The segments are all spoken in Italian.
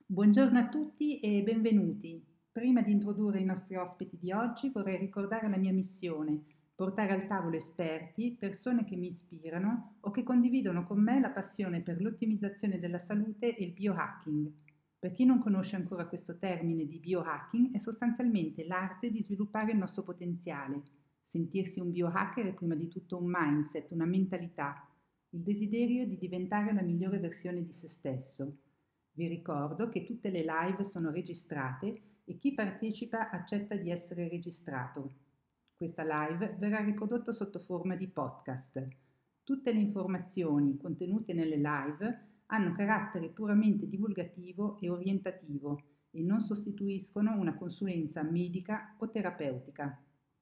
Buongiorno a tutti e benvenuti. Prima di introdurre i nostri ospiti di oggi vorrei ricordare la mia missione: portare al tavolo esperti, persone che mi ispirano o che condividono con me la passione per l'ottimizzazione della salute e il biohacking. Per chi non conosce ancora questo termine di biohacking, è sostanzialmente l'arte di sviluppare il nostro potenziale. Sentirsi un biohacker è prima di tutto un mindset, una mentalità, il desiderio di diventare la migliore versione di se stesso. Vi ricordo che tutte le live sono registrate e chi partecipa accetta di essere registrato. Questa live verrà riprodotta sotto forma di podcast. Tutte le informazioni contenute nelle live hanno carattere puramente divulgativo e orientativo e non sostituiscono una consulenza medica o terapeutica.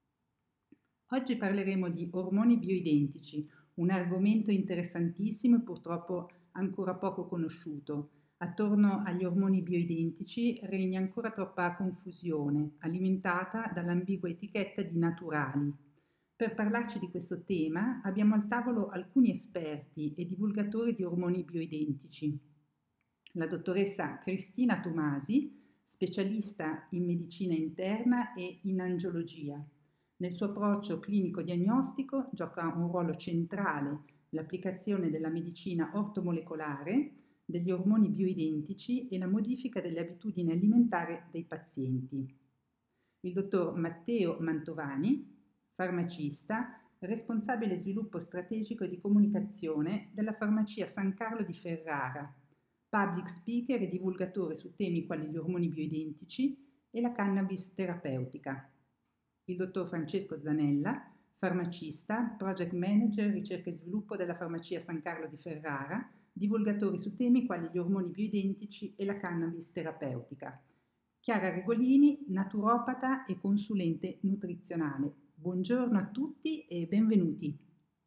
Oggi parleremo di ormoni bioidentici, un argomento interessantissimo e purtroppo ancora poco conosciuto. Attorno agli ormoni bioidentici regna ancora troppa confusione, alimentata dall'ambigua etichetta di naturali. Per parlarci di questo tema abbiamo al tavolo alcuni esperti e divulgatori di ormoni bioidentici. La dottoressa Cristina Tomasi, specialista in medicina interna e in angiologia. Nel suo approccio clinico-diagnostico gioca un ruolo centrale l'applicazione della medicina ortomolecolare, degli ormoni bioidentici e la modifica delle abitudini alimentari dei pazienti. Il dottor Matteo Mantovani, farmacista, responsabile sviluppo strategico e di comunicazione della farmacia San Carlo di Ferrara, public speaker e divulgatore su temi quali gli ormoni bioidentici e la cannabis terapeutica. Il dottor Francesco Zanella, farmacista, project manager, ricerca e sviluppo della farmacia San Carlo di Ferrara, divulgatori su temi quali gli ormoni bioidentici e la cannabis terapeutica. Chiara Regolini, naturopata e consulente nutrizionale. Buongiorno a tutti e benvenuti.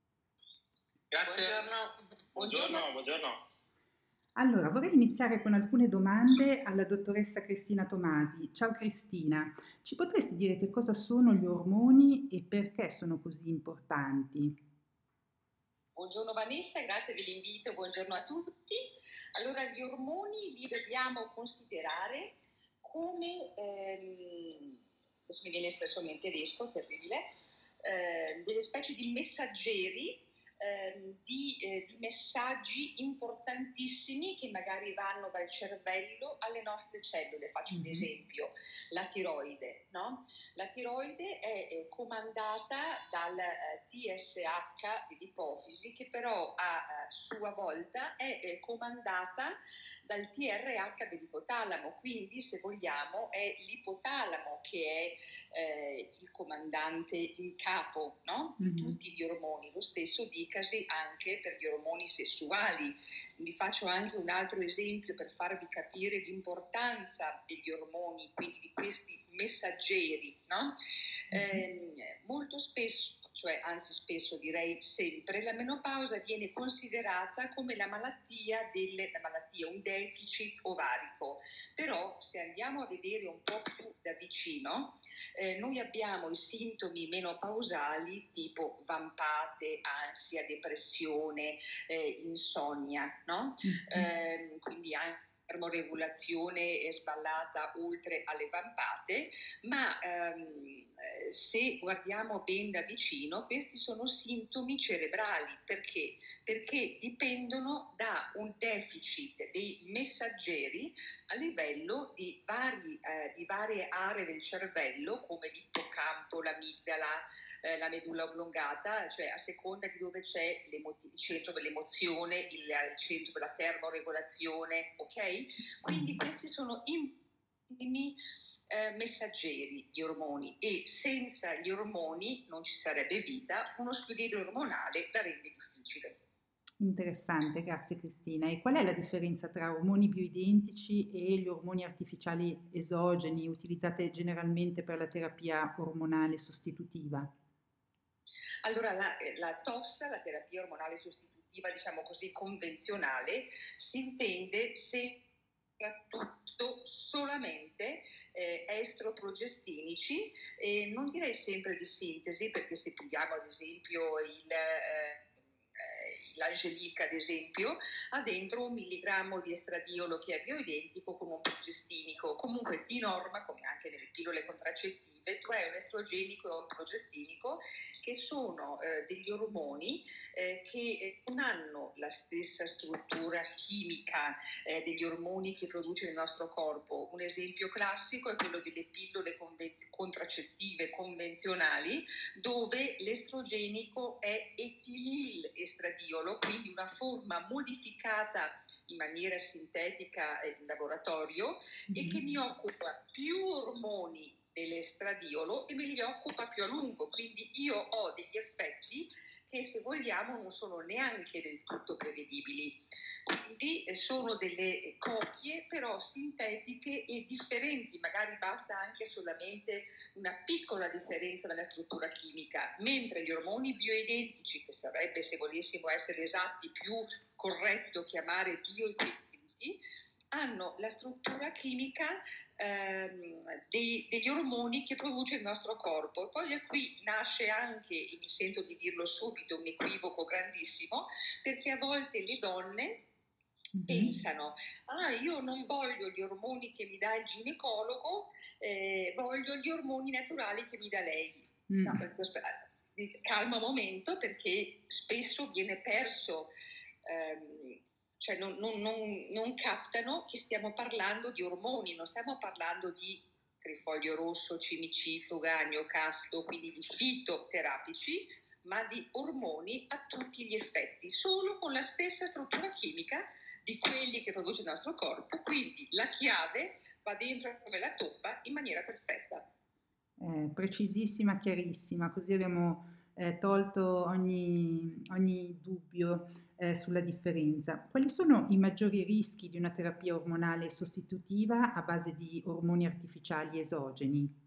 Grazie. Buongiorno. Allora, vorrei iniziare con alcune domande alla dottoressa Cristina Tomasi. Ciao Cristina, ci potresti dire che cosa sono gli ormoni e perché sono così importanti? Buongiorno Vanessa, grazie dell'invito, buongiorno a tutti. Allora, gli ormoni li dobbiamo considerare come, adesso mi viene espressione in tedesco, terribile, delle specie di messaggeri di messaggi importantissimi che magari vanno dal cervello alle nostre cellule. Faccio un esempio, la tiroide, no? La tiroide è comandata dal TSH dell'ipofisi, che però a sua volta è comandata dal TRH dell'ipotalamo, quindi se vogliamo è l'ipotalamo che è il comandante in capo, no? Di tutti gli ormoni. Lo stesso dicasi anche per gli ormoni sessuali. Vi faccio anche un altro esempio per farvi capire l'importanza degli ormoni, quindi di questi messaggeri, no? Molto spesso, cioè anzi spesso direi sempre, la menopausa viene considerata come la malattia, un deficit ovarico. Però se andiamo a vedere un po' più da vicino, noi abbiamo i sintomi menopausali tipo vampate, ansia, depressione, insonnia, no? Quindi anche termoregolazione sballata oltre alle vampate, ma se guardiamo ben da vicino, questi sono sintomi cerebrali. Perché? Perché dipendono da un deficit dei messaggeri a livello di varie aree del cervello, come l'ippocampo, l'amigdala, la medulla oblongata, cioè a seconda di dove c'è il centro dell'emozione, il centro della termoregolazione, ok? Quindi questi sono primi messaggeri, gli ormoni, e senza gli ormoni non ci sarebbe vita. Uno squilibrio ormonale la rende difficile. Interessante, grazie Cristina. E qual è la differenza tra ormoni bioidentici e gli ormoni artificiali esogeni utilizzati generalmente per la terapia ormonale sostitutiva? Allora, la TOS, la terapia ormonale sostitutiva, diciamo così, convenzionale, si intende soprattutto solamente estroprogestinici, non direi sempre di sintesi, perché se pigliamo ad esempio l'Angelica ad esempio, ha dentro 1 milligrammo di estradiolo che è bioidentico con un progestinico. Comunque di norma, come anche nelle pillole contraccettive, tu hai un estrogenico e un progestinico che sono degli ormoni che non hanno la stessa struttura chimica degli ormoni che produce il nostro corpo. Un esempio classico è quello delle pillole contraccettive convenzionali, dove l'estrogenico è etilil estradiolo, quindi una forma modificata in maniera sintetica in laboratorio e che mi occupa più ormoni dell'estradiolo e me li occupa più a lungo, quindi io ho degli effetti che, se vogliamo, non sono neanche del tutto prevedibili. Quindi sono delle copie però sintetiche e differenti, magari basta anche solamente una piccola differenza nella struttura chimica, mentre gli ormoni bioidentici, che sarebbe, se volessimo essere esatti, più corretto chiamare bioequivalenti, hanno la struttura chimica degli ormoni che produce il nostro corpo. E poi da qui nasce anche, e mi sento di dirlo subito, un equivoco grandissimo, perché a volte le donne pensano: io non voglio gli ormoni che mi dà il ginecologo, voglio gli ormoni naturali che mi dà lei. No, calma un momento, perché spesso viene perso, cioè non captano che stiamo parlando di ormoni, non stiamo parlando di trifoglio rosso, cimicifuga, agnocasto, quindi di fitoterapici, ma di ormoni a tutti gli effetti, solo con la stessa struttura chimica di quelli che produce il nostro corpo, quindi la chiave va dentro come la toppa in maniera perfetta. Precisissima, chiarissima, così abbiamo tolto ogni dubbio sulla differenza. Quali sono i maggiori rischi di una terapia ormonale sostitutiva a base di ormoni artificiali esogeni?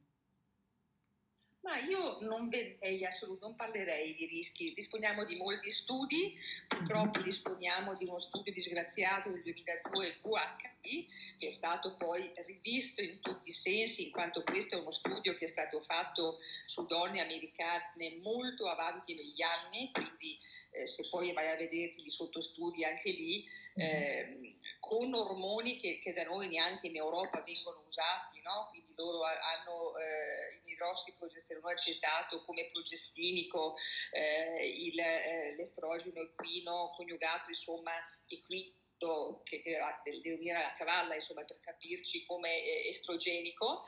Ma io non vedrei non parlerei di rischi. Disponiamo di molti studi, purtroppo disponiamo di uno studio disgraziato del 2002, il VHI, che è stato poi rivisto in tutti i sensi, in quanto questo è uno studio che è stato fatto su donne americane molto avanti negli anni, quindi se poi vai a vederti i sottostudi anche lì, con ormoni che da noi neanche in Europa vengono usati, no? Quindi loro hanno in idrossiprogesterone acetato come progestinico, l'estrogeno equino coniugato, insomma, equino, che devo dire alla cavalla, insomma, per capirci, come estrogenico,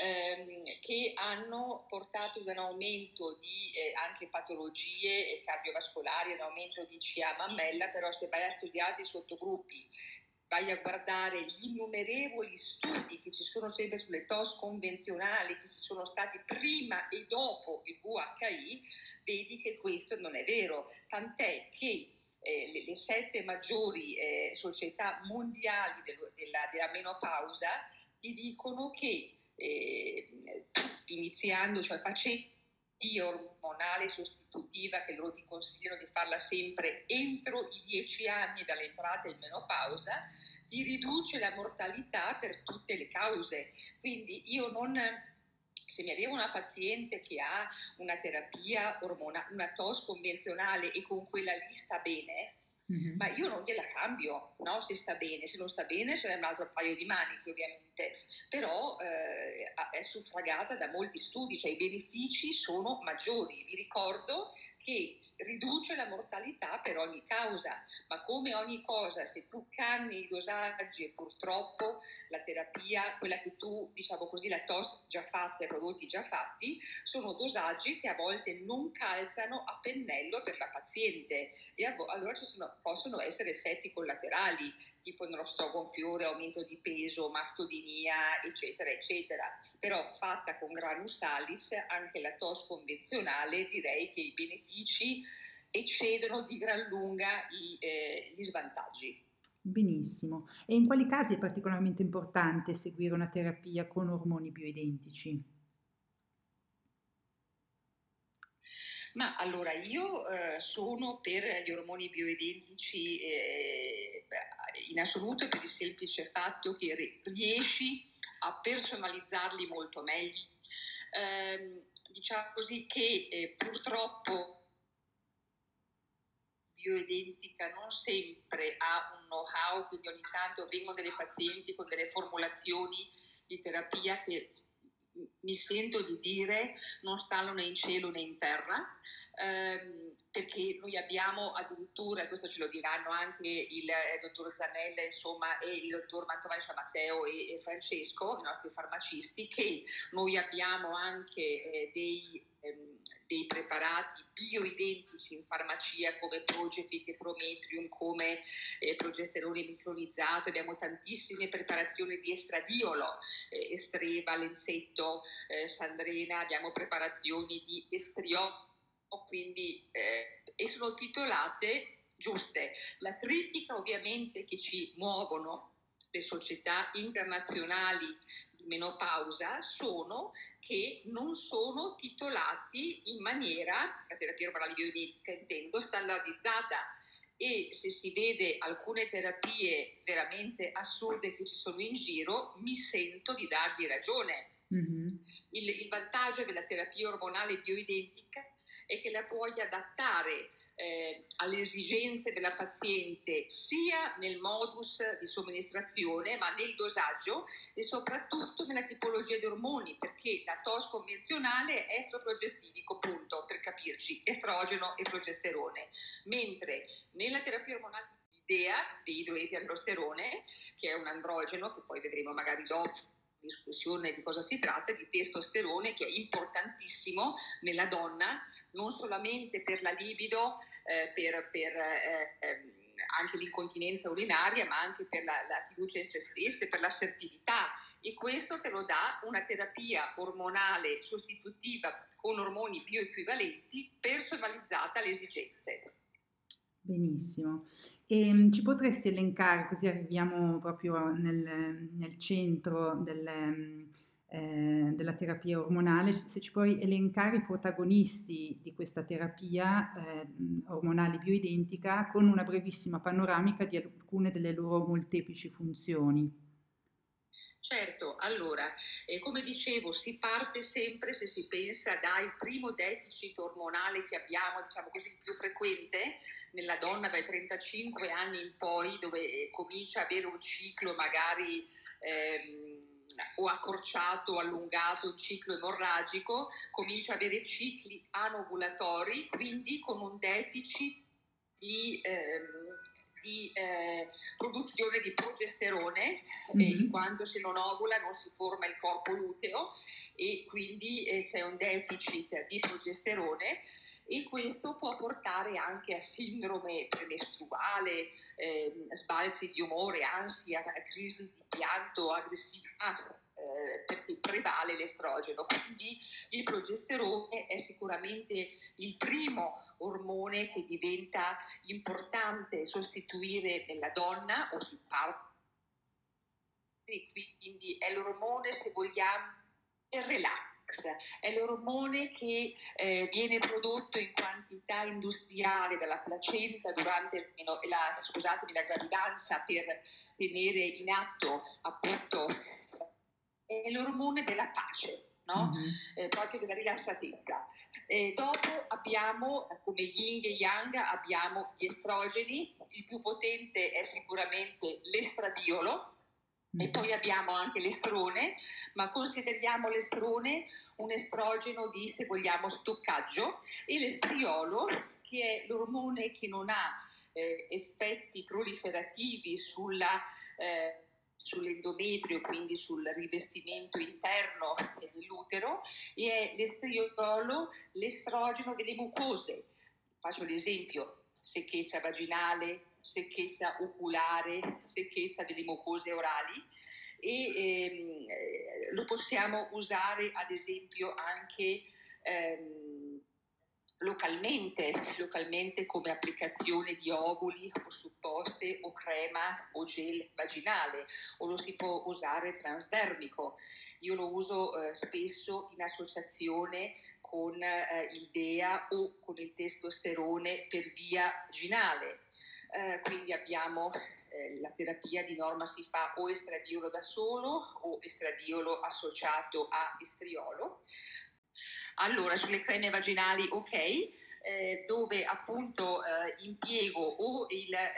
che hanno portato ad un aumento di anche patologie cardiovascolari, un aumento di CA mammella. Però se vai a studiare i sottogruppi, vai a guardare gli innumerevoli studi che ci sono sempre sulle TOS convenzionali, che ci sono stati prima e dopo il VHI, vedi che questo non è vero, tant'è che le 7 maggiori società mondiali della menopausa ti dicono che iniziando, cioè facendo ormonale sostitutiva, che loro ti consigliano di farla sempre entro i 10 anni dall'entrata in menopausa, ti riduce la mortalità per tutte le cause. Quindi io non... Se mi arriva una paziente che ha una terapia ormonale, una TOS convenzionale, e con quella lì sta bene, ma io non gliela cambio, no? Se sta bene, se non sta bene c'è un altro paio di maniche, ovviamente, però è suffragata da molti studi, cioè i benefici sono maggiori. Vi ricordo che riduce la mortalità per ogni causa, ma come ogni cosa, se tu canni i dosaggi, e purtroppo la terapia, quella che tu, diciamo così, la TOS già fatta, i prodotti già fatti, sono dosaggi che a volte non calzano a pennello per la paziente, e allora possono essere effetti collaterali, tipo, non lo so, gonfiore, aumento di peso, mastodinia, eccetera, eccetera. Però fatta con Granus salis, anche la TOS convenzionale, direi che i benefici eccedono di gran lunga gli svantaggi. Benissimo. E in quali casi è particolarmente importante seguire una terapia con ormoni bioidentici? Ma allora io sono per gli ormoni bioidentici in assoluto, per il semplice fatto che riesci a personalizzarli molto meglio. Diciamo così che purtroppo bioidentica non sempre ha un know-how, quindi ogni tanto vengono delle pazienti con delle formulazioni di terapia che mi sento di dire non stanno né in cielo né in terra, perché noi abbiamo addirittura, questo ce lo diranno anche il dottor Zanella, insomma, e il dottor Mantovani, cioè Matteo e Francesco, i nostri farmacisti, che noi abbiamo anche dei preparati bioidentici in farmacia come Progefic e Prometrium, come progesterone micronizzato, abbiamo tantissime preparazioni di estradiolo, Estreva, Lenzetto, Sandrena, abbiamo preparazioni di estriolo, quindi e sono titolate giuste. La critica ovviamente che ci muovono le società internazionali di menopausa sono che non sono titolati in maniera, la terapia ormonale bioidentica intendo, standardizzata, e se si vede alcune terapie veramente assurde che ci sono in giro, mi sento di dargli ragione. Mm-hmm. Il vantaggio della terapia ormonale bioidentica è che la puoi adattare alle esigenze della paziente sia nel modus di somministrazione ma nel dosaggio e soprattutto nella tipologia di ormoni, perché la TOS convenzionale è estrogestinico, punto, per capirci, estrogeno e progesterone, mentre nella terapia ormonale l'idea di idroepiandrosterone, che è un androgeno che poi vedremo magari dopo discussione di cosa si tratta, di testosterone, che è importantissimo nella donna, non solamente per la libido, anche l'incontinenza urinaria, ma anche per la fiducia in se stesse, per l'assertività, e questo te lo dà una terapia ormonale sostitutiva con ormoni bioequivalenti personalizzata alle esigenze. Benissimo. Ci potresti elencare, così arriviamo proprio nel centro della terapia ormonale, se ci puoi elencare i protagonisti di questa terapia ormonale bioidentica con una brevissima panoramica di alcune delle loro molteplici funzioni. Certo, allora, come dicevo, si parte sempre, se si pensa, dal primo deficit ormonale che abbiamo, diciamo così, il più frequente nella donna dai 35 anni in poi, dove comincia a avere un ciclo magari o accorciato o allungato, un ciclo emorragico, comincia a avere cicli anovulatori, quindi con un deficit di produzione di progesterone, in quanto se non ovula non si forma il corpo luteo e quindi c'è un deficit di progesterone, e questo può portare anche a sindrome premestruale, sbalzi di umore, ansia, crisi di pianto, aggressività, perché prevale l'estrogeno. Quindi il progesterone è sicuramente il primo ormone che diventa importante sostituire nella donna o si parla, e quindi è l'ormone, se vogliamo, il relax. È l'ormone che viene prodotto in quantità industriale dalla placenta durante la gravidanza per tenere in atto appunto è l'ormone della pace, no? Proprio della rilassatezza. Dopo abbiamo, come yin e yang, abbiamo gli estrogeni, il più potente è sicuramente l'estradiolo, e poi abbiamo anche l'estrone, ma consideriamo l'estrone un estrogeno di, se vogliamo, stoccaggio, e l'estriolo, che è l'ormone che non ha effetti proliferativi sull'endometrio, quindi sul rivestimento interno dell'utero, e è l'estriolo, l'estrogeno delle mucose. Faccio l'esempio: secchezza vaginale, secchezza oculare, secchezza delle mucose orali, e lo possiamo usare ad esempio anche localmente come applicazione di ovuli o supposte o crema o gel vaginale, o lo si può usare transdermico. Io lo uso spesso in associazione con il DEA o con il testosterone per via vaginale. Quindi abbiamo la terapia di norma si fa o estradiolo da solo o estradiolo associato a estriolo. Allora, sulle creme vaginali, ok, dove appunto impiego o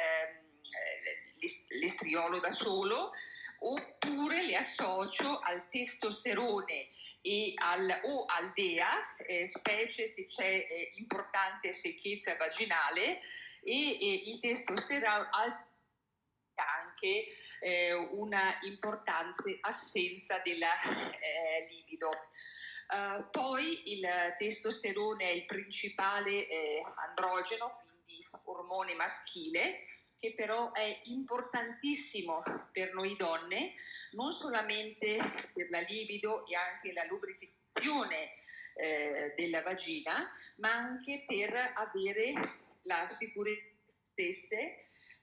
l'estriolo da solo, oppure le associo al testosterone o al DEA, specie se c'è importante secchezza vaginale, e il testosterone ha anche una importante assenza della libido. Poi il testosterone è il principale androgeno, quindi ormone maschile, che però è importantissimo per noi donne, non solamente per la libido e anche la lubrificazione della vagina, ma anche per avere la sicurezza stesse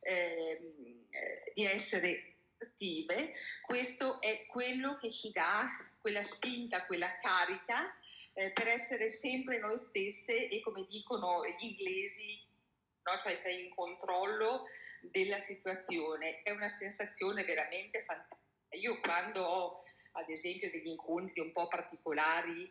di essere attive. Questo è quello che ci dà quella spinta, quella carica per essere sempre noi stesse e, come dicono gli inglesi, no? Cioè sei in controllo della situazione. È una sensazione veramente fantastica. Io quando ho ad esempio degli incontri un po' particolari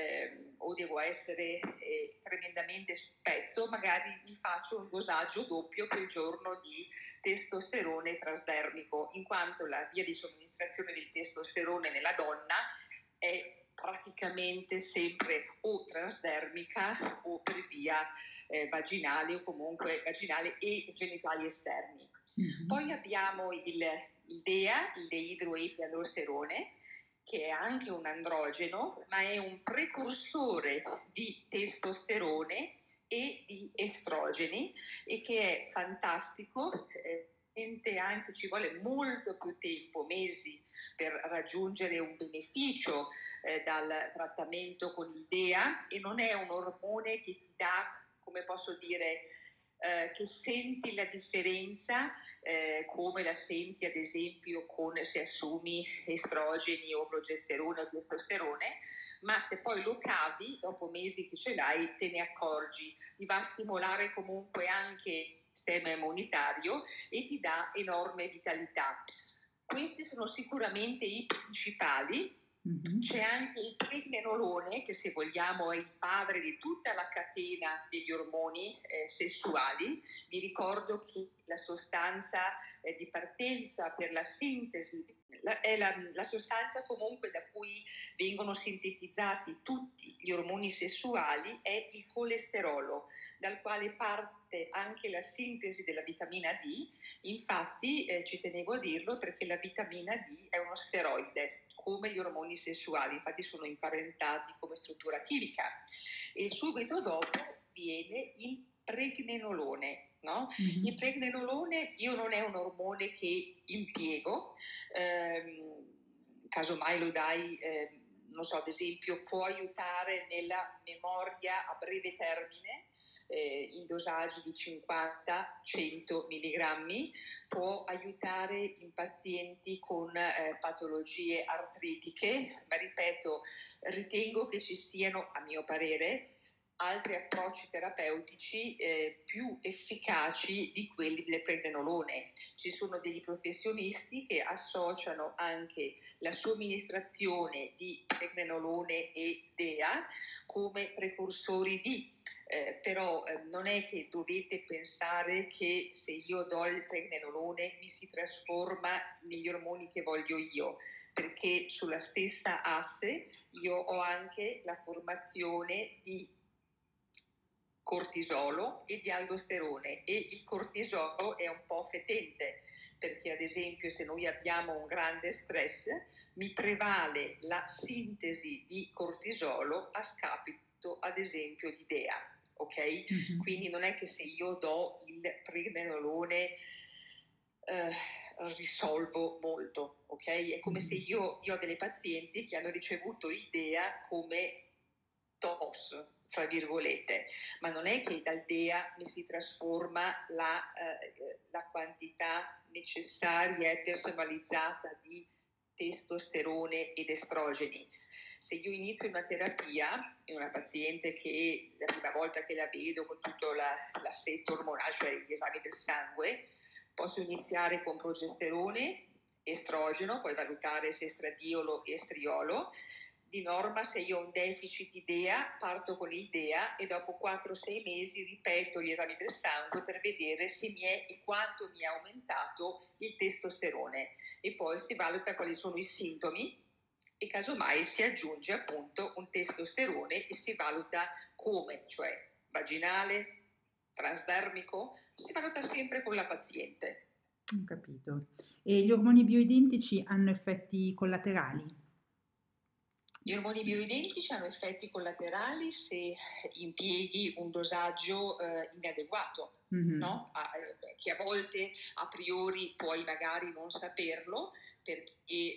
o devo essere tremendamente sul pezzo, magari mi faccio un dosaggio doppio quel giorno di testosterone trasdermico, in quanto la via di somministrazione del testosterone nella donna è praticamente sempre o trasdermica o per via vaginale o comunque vaginale e genitali esterni. Mm-hmm. Poi abbiamo il DEA, il deidroepiandrosterone, che è anche un androgeno, ma è un precursore di testosterone e di estrogeni e che è fantastico. Anche ci vuole molto più tempo, mesi, per raggiungere un beneficio dal trattamento con il DEA, e non è un ormone che ti dà, come posso dire, che senti la differenza come la senti ad esempio se assumi estrogeni o progesterone o testosterone, ma se poi lo cavi dopo mesi che ce l'hai te ne accorgi, ti va a stimolare comunque anche il sistema immunitario e ti dà enorme vitalità. Questi sono sicuramente i principali. Mm-hmm. C'è anche il pregnenolone, che se vogliamo è il padre di tutta la catena degli ormoni sessuali. Vi ricordo che la sostanza di partenza per la sintesi è la sostanza comunque da cui vengono sintetizzati tutti gli ormoni sessuali, è il colesterolo, dal quale parte anche la sintesi della vitamina D. Infatti ci tenevo a dirlo perché la vitamina D è uno steroide come gli ormoni sessuali, infatti sono imparentati come struttura chimica, e subito dopo viene il pregnenolone. No? Mm-hmm. Il pregnenolone io non è un ormone che impiego, casomai lo dai, non so, ad esempio può aiutare nella memoria a breve termine in dosaggi di 50-100 mg, può aiutare in pazienti con patologie artritiche, ma ripeto, ritengo che ci siano, a mio parere, altri approcci terapeutici più efficaci di quelli del pregnenolone. Ci sono degli professionisti che associano anche la somministrazione di pregnenolone e DEA come precursori di però non è che dovete pensare che se io do il pregnenolone mi si trasforma negli ormoni che voglio io, perché sulla stessa asse io ho anche la formazione di cortisolo e di aldosterone, e il cortisolo è un po' fetente, perché ad esempio se noi abbiamo un grande stress mi prevale la sintesi di cortisolo a scapito ad esempio di DEA. Ok? Mm-hmm. Quindi non è che se io do il pregnenolone risolvo molto, ok? È come se io ho delle pazienti che hanno ricevuto il DEA come TOS, fra virgolette, ma non è che dal DEA mi si trasforma la quantità necessaria e personalizzata di testosterone ed estrogeni. Se io inizio una terapia in una paziente che la prima volta che la vedo con tutto l'assetto ormonale, cioè gli esami del sangue, posso iniziare con progesterone, estrogeno, poi valutare se estradiolo e estriolo, di norma, se io ho un deficit idea, parto con il DEA e dopo 4-6 mesi ripeto gli esami del sangue per vedere se mi è e quanto mi è aumentato il testosterone, e poi si valuta quali sono i sintomi e casomai si aggiunge appunto un testosterone e si valuta come, cioè vaginale, transdermico, si valuta sempre con la paziente. Ho capito. E gli ormoni bioidentici hanno effetti collaterali? Gli ormoni bioidentici hanno effetti collaterali se impieghi un dosaggio inadeguato, Mhm. no? Che a volte a priori puoi magari non saperlo perché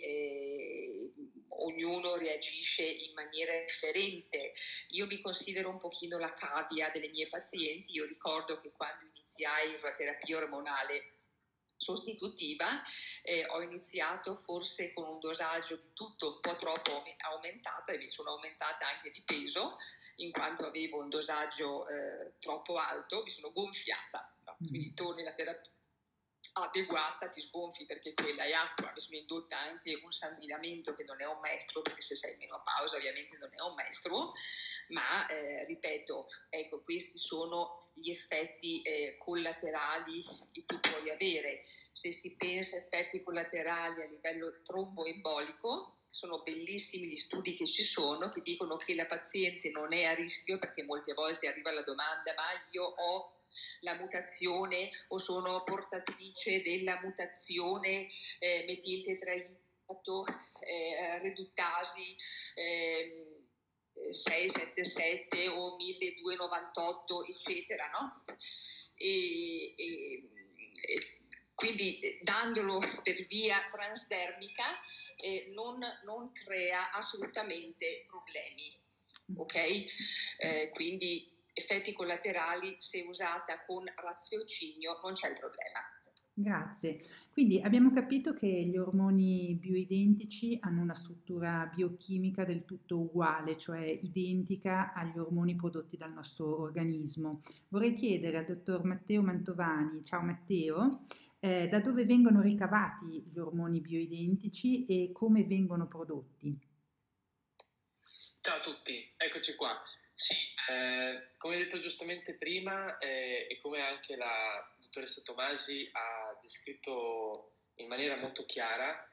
ognuno reagisce in maniera differente. Io mi considero un pochino la cavia delle mie pazienti. Io ricordo che quando iniziai la terapia ormonale sostitutiva, ho iniziato forse con un dosaggio di tutto un po' troppo aumentata e mi sono aumentata anche di peso in quanto avevo un dosaggio troppo alto, mi sono gonfiata, no? Quindi torni alla terapia adeguata, ti sgonfi perché quella è acqua, mi sono indotta anche un sanguinamento che non è un mestro, perché se sei in menopausa ovviamente non è un mestro, ma ripeto, ecco, questi sono gli effetti collaterali che tu puoi avere. Se si pensa a effetti collaterali a livello tromboembolico, sono bellissimi gli studi che ci sono che dicono che la paziente non è a rischio, perché molte volte arriva la domanda: ma io ho la mutazione o sono portatrice della mutazione metiltetraidrato reduttasi 677 o 1298 eccetera, no? E quindi dandolo per via transdermica non crea assolutamente problemi, ok? Quindi effetti collaterali, se usata con raziocinio non c'è il problema. Grazie. Quindi abbiamo capito che gli ormoni bioidentici hanno una struttura biochimica del tutto uguale, cioè identica agli ormoni prodotti dal nostro organismo. Vorrei chiedere al dottor Matteo Mantovani, ciao Matteo, da dove vengono ricavati gli ormoni bioidentici e come vengono prodotti? Ciao a tutti, eccoci qua. Sì, come detto giustamente prima e come anche la dottoressa Tomasi ha descritto in maniera molto chiara,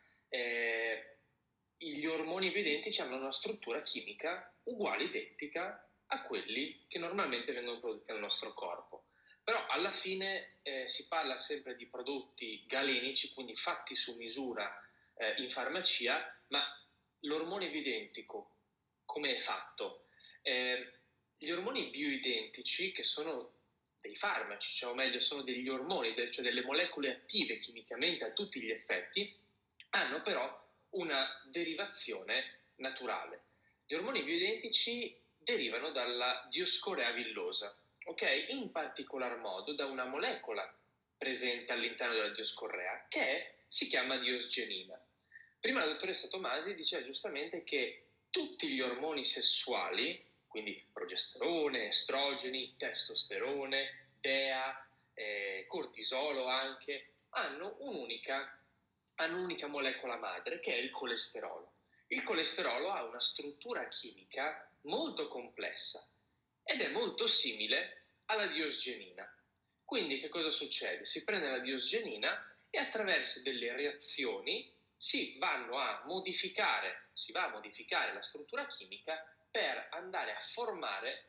gli ormoni bioidentici hanno una struttura chimica uguale, identica a quelli che normalmente vengono prodotti nel nostro corpo. Però alla fine si parla sempre di prodotti galenici, quindi fatti su misura in farmacia, ma l'ormone bioidentico come è fatto? Gli ormoni bioidentici, che sono dei farmaci, cioè, o meglio, sono degli ormoni, cioè delle molecole attive chimicamente a tutti gli effetti, hanno però una derivazione naturale. Gli ormoni bioidentici derivano dalla Dioscorea villosa, ok? In particolar modo da una molecola presente all'interno della Dioscorea si chiama diosgenina. Prima la dottoressa Tomasi diceva giustamente che tutti gli ormoni sessuali, quindi progesterone, estrogeni, testosterone, DEA, cortisolo anche, hanno un'unica molecola madre che è il colesterolo. Il colesterolo ha una struttura chimica molto complessa ed è molto simile alla diosgenina. Quindi che cosa succede? Si prende la diosgenina e attraverso delle reazioni si va a modificare la struttura chimica per andare a formare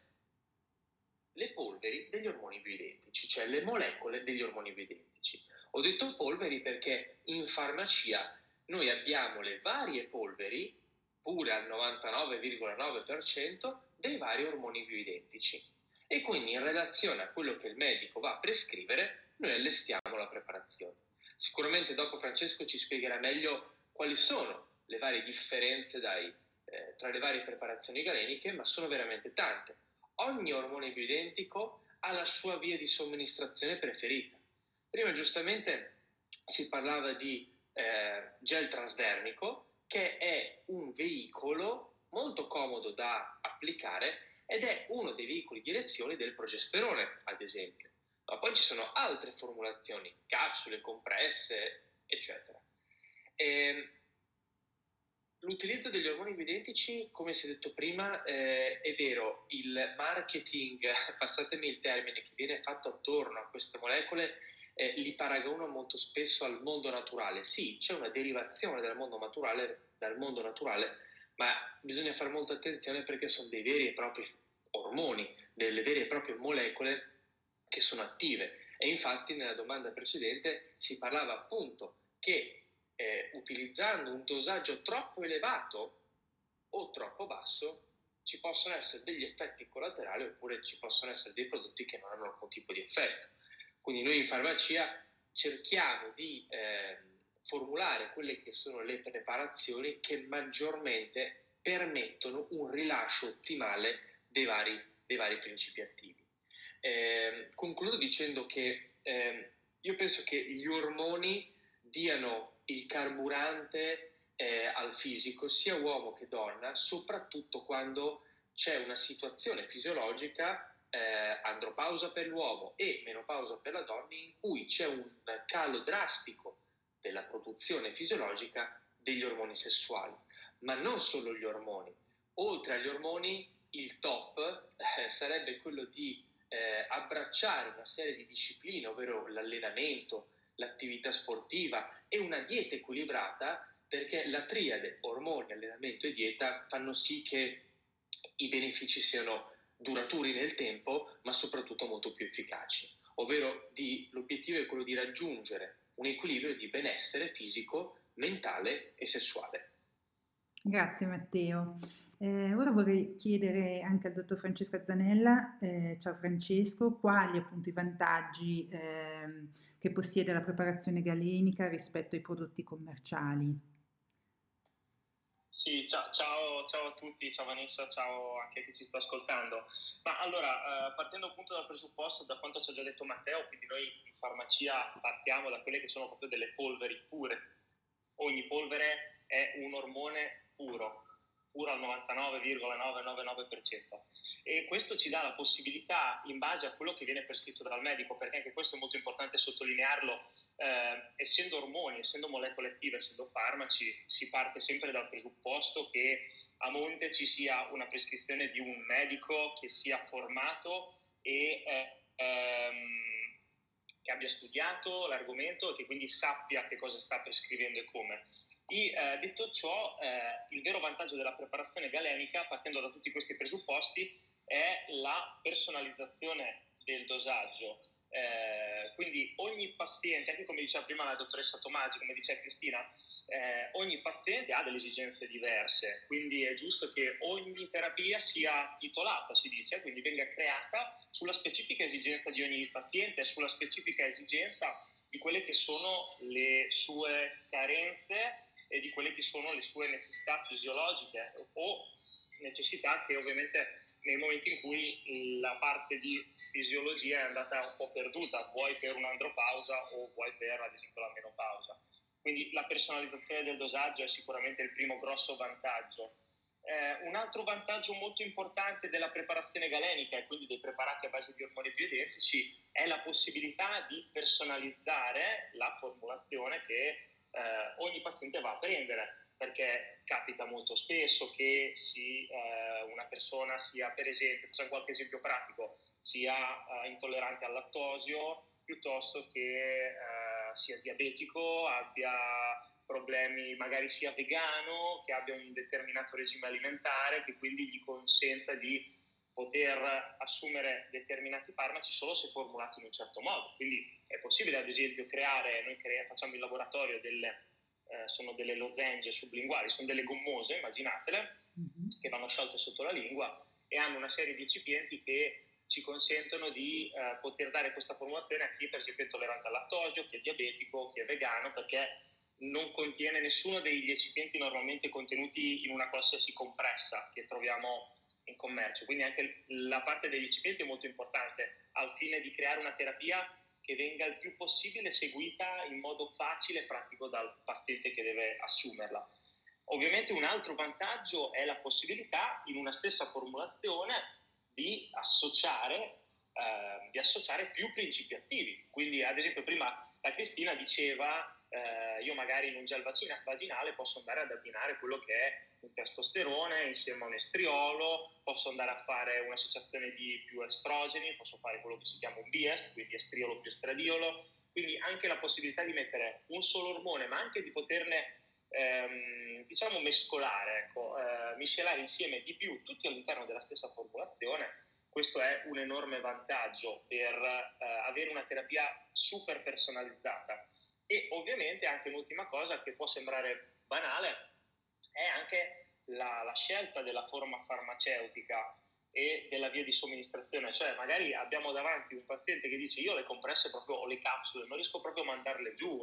le polveri degli ormoni bioidentici, cioè le molecole degli ormoni bioidentici. Ho detto polveri perché in farmacia noi abbiamo le varie polveri, pure al 99,9% dei vari ormoni bioidentici. E quindi in relazione a quello che il medico va a prescrivere, noi allestiamo la preparazione. Sicuramente dopo Francesco ci spiegherà meglio quali sono le varie differenze tra le varie preparazioni galeniche, ma sono veramente tante. Ogni ormone bioidentico ha la sua via di somministrazione preferita. Prima giustamente si parlava di gel transdermico, che è un veicolo molto comodo da applicare ed è uno dei veicoli di elezione del progesterone, ad esempio. Ma poi ci sono altre formulazioni, capsule, compresse, eccetera. l'utilizzo degli ormoni bioidentici, come si è detto prima, è vero, il marketing, passatemi il termine, che viene fatto attorno a queste molecole, li paragono molto spesso al mondo naturale. Sì, c'è una derivazione dal mondo naturale, ma bisogna fare molta attenzione perché sono dei veri e propri ormoni, delle vere e proprie molecole che sono attive. E infatti nella domanda precedente si parlava appunto che utilizzando un dosaggio troppo elevato o troppo basso ci possono essere degli effetti collaterali oppure ci possono essere dei prodotti che non hanno alcun tipo di effetto. Quindi noi in farmacia cerchiamo di formulare quelle che sono le preparazioni che maggiormente permettono un rilascio ottimale dei vari principi attivi. Concludo dicendo che io penso che gli ormoni diano il carburante al fisico, sia uomo che donna, soprattutto quando c'è una situazione fisiologica, andropausa per l'uomo e menopausa per la donna, in cui c'è un calo drastico della produzione fisiologica degli ormoni sessuali. Ma non solo gli ormoni. Oltre agli ormoni, il top sarebbe quello di abbracciare una serie di discipline, ovvero l'allenamento, l'attività sportiva e una dieta equilibrata, perché la triade ormoni, allenamento e dieta fanno sì che i benefici siano duraturi nel tempo, ma soprattutto molto più efficaci. Ovvero l'obiettivo è quello di raggiungere un equilibrio di benessere fisico, mentale e sessuale. Grazie Matteo. Ora vorrei chiedere anche al dottor Francesco Zanella, ciao Francesco, quali appunto i vantaggi che possiede la preparazione galenica rispetto ai prodotti commerciali? Sì, ciao a tutti, ciao Vanessa, ciao anche a chi ci sta ascoltando. Ma allora, partendo appunto dal presupposto, da quanto ci ha già detto Matteo, quindi noi in farmacia partiamo da quelle che sono proprio delle polveri pure. Ogni polvere è un ormone puro al 99,999%. E questo ci dà la possibilità, in base a quello che viene prescritto dal medico, perché anche questo è molto importante sottolinearlo, essendo ormoni, essendo molecole attive, essendo farmaci, si parte sempre dal presupposto che a monte ci sia una prescrizione di un medico che sia formato e che abbia studiato l'argomento e che quindi sappia che cosa sta prescrivendo e come. Detto ciò, il vero vantaggio della preparazione galemica, partendo da tutti questi presupposti, è la personalizzazione del dosaggio. Quindi ogni paziente, anche come diceva prima la dottoressa Tomasi, come diceva Cristina, ogni paziente ha delle esigenze diverse, quindi è giusto che ogni terapia sia titolata, si dice, quindi venga creata sulla specifica esigenza di ogni paziente, sulla specifica esigenza di quelle che sono le sue carenze e di quelle che sono le sue necessità fisiologiche o necessità che ovviamente nei momenti in cui la parte di fisiologia è andata un po' perduta, vuoi per un'andropausa o vuoi per ad esempio la menopausa. Quindi la personalizzazione del dosaggio è sicuramente il primo grosso vantaggio. Un altro vantaggio molto importante della preparazione galenica e quindi dei preparati a base di ormoni bioidentici è la possibilità di personalizzare la formulazione che ogni paziente va a prendere, perché capita molto spesso che una persona sia, per esempio, facciamo qualche esempio pratico, sia intollerante al lattosio piuttosto che sia diabetico, abbia problemi, magari sia vegano, che abbia un determinato regime alimentare che quindi gli consenta di poter assumere determinati farmaci solo se formulati in un certo modo. Quindi è possibile ad esempio facciamo in laboratorio sono delle lozenge sublinguali, sono delle gommose, immaginatele, che vanno sciolte sotto la lingua e hanno una serie di eccipienti che ci consentono di poter dare questa formulazione a chi per esempio è intollerante al lattosio, chi è diabetico, chi è vegano, perché non contiene nessuno degli eccipienti normalmente contenuti in una qualsiasi compressa che troviamo in commercio. Quindi anche la parte degli eccipienti è molto importante al fine di creare una terapia che venga il più possibile seguita in modo facile e pratico dal paziente che deve assumerla. Ovviamente un altro vantaggio è la possibilità in una stessa formulazione di associare più principi attivi. Quindi ad esempio prima la Cristina diceva io magari in un gel vaginale posso andare ad abbinare quello che è un testosterone insieme a un estriolo, posso andare a fare un'associazione di più estrogeni, posso fare quello che si chiama un biest, quindi estriolo più estradiolo, quindi anche la possibilità di mettere un solo ormone, ma anche di poterne diciamo mescolare, ecco, miscelare insieme di più, tutti all'interno della stessa formulazione. Questo è un enorme vantaggio per avere una terapia super personalizzata. E ovviamente anche un'ultima cosa che può sembrare banale è anche la scelta della forma farmaceutica e della via di somministrazione, cioè magari abbiamo davanti un paziente che dice io le compresse proprio o le capsule non riesco proprio a mandarle giù,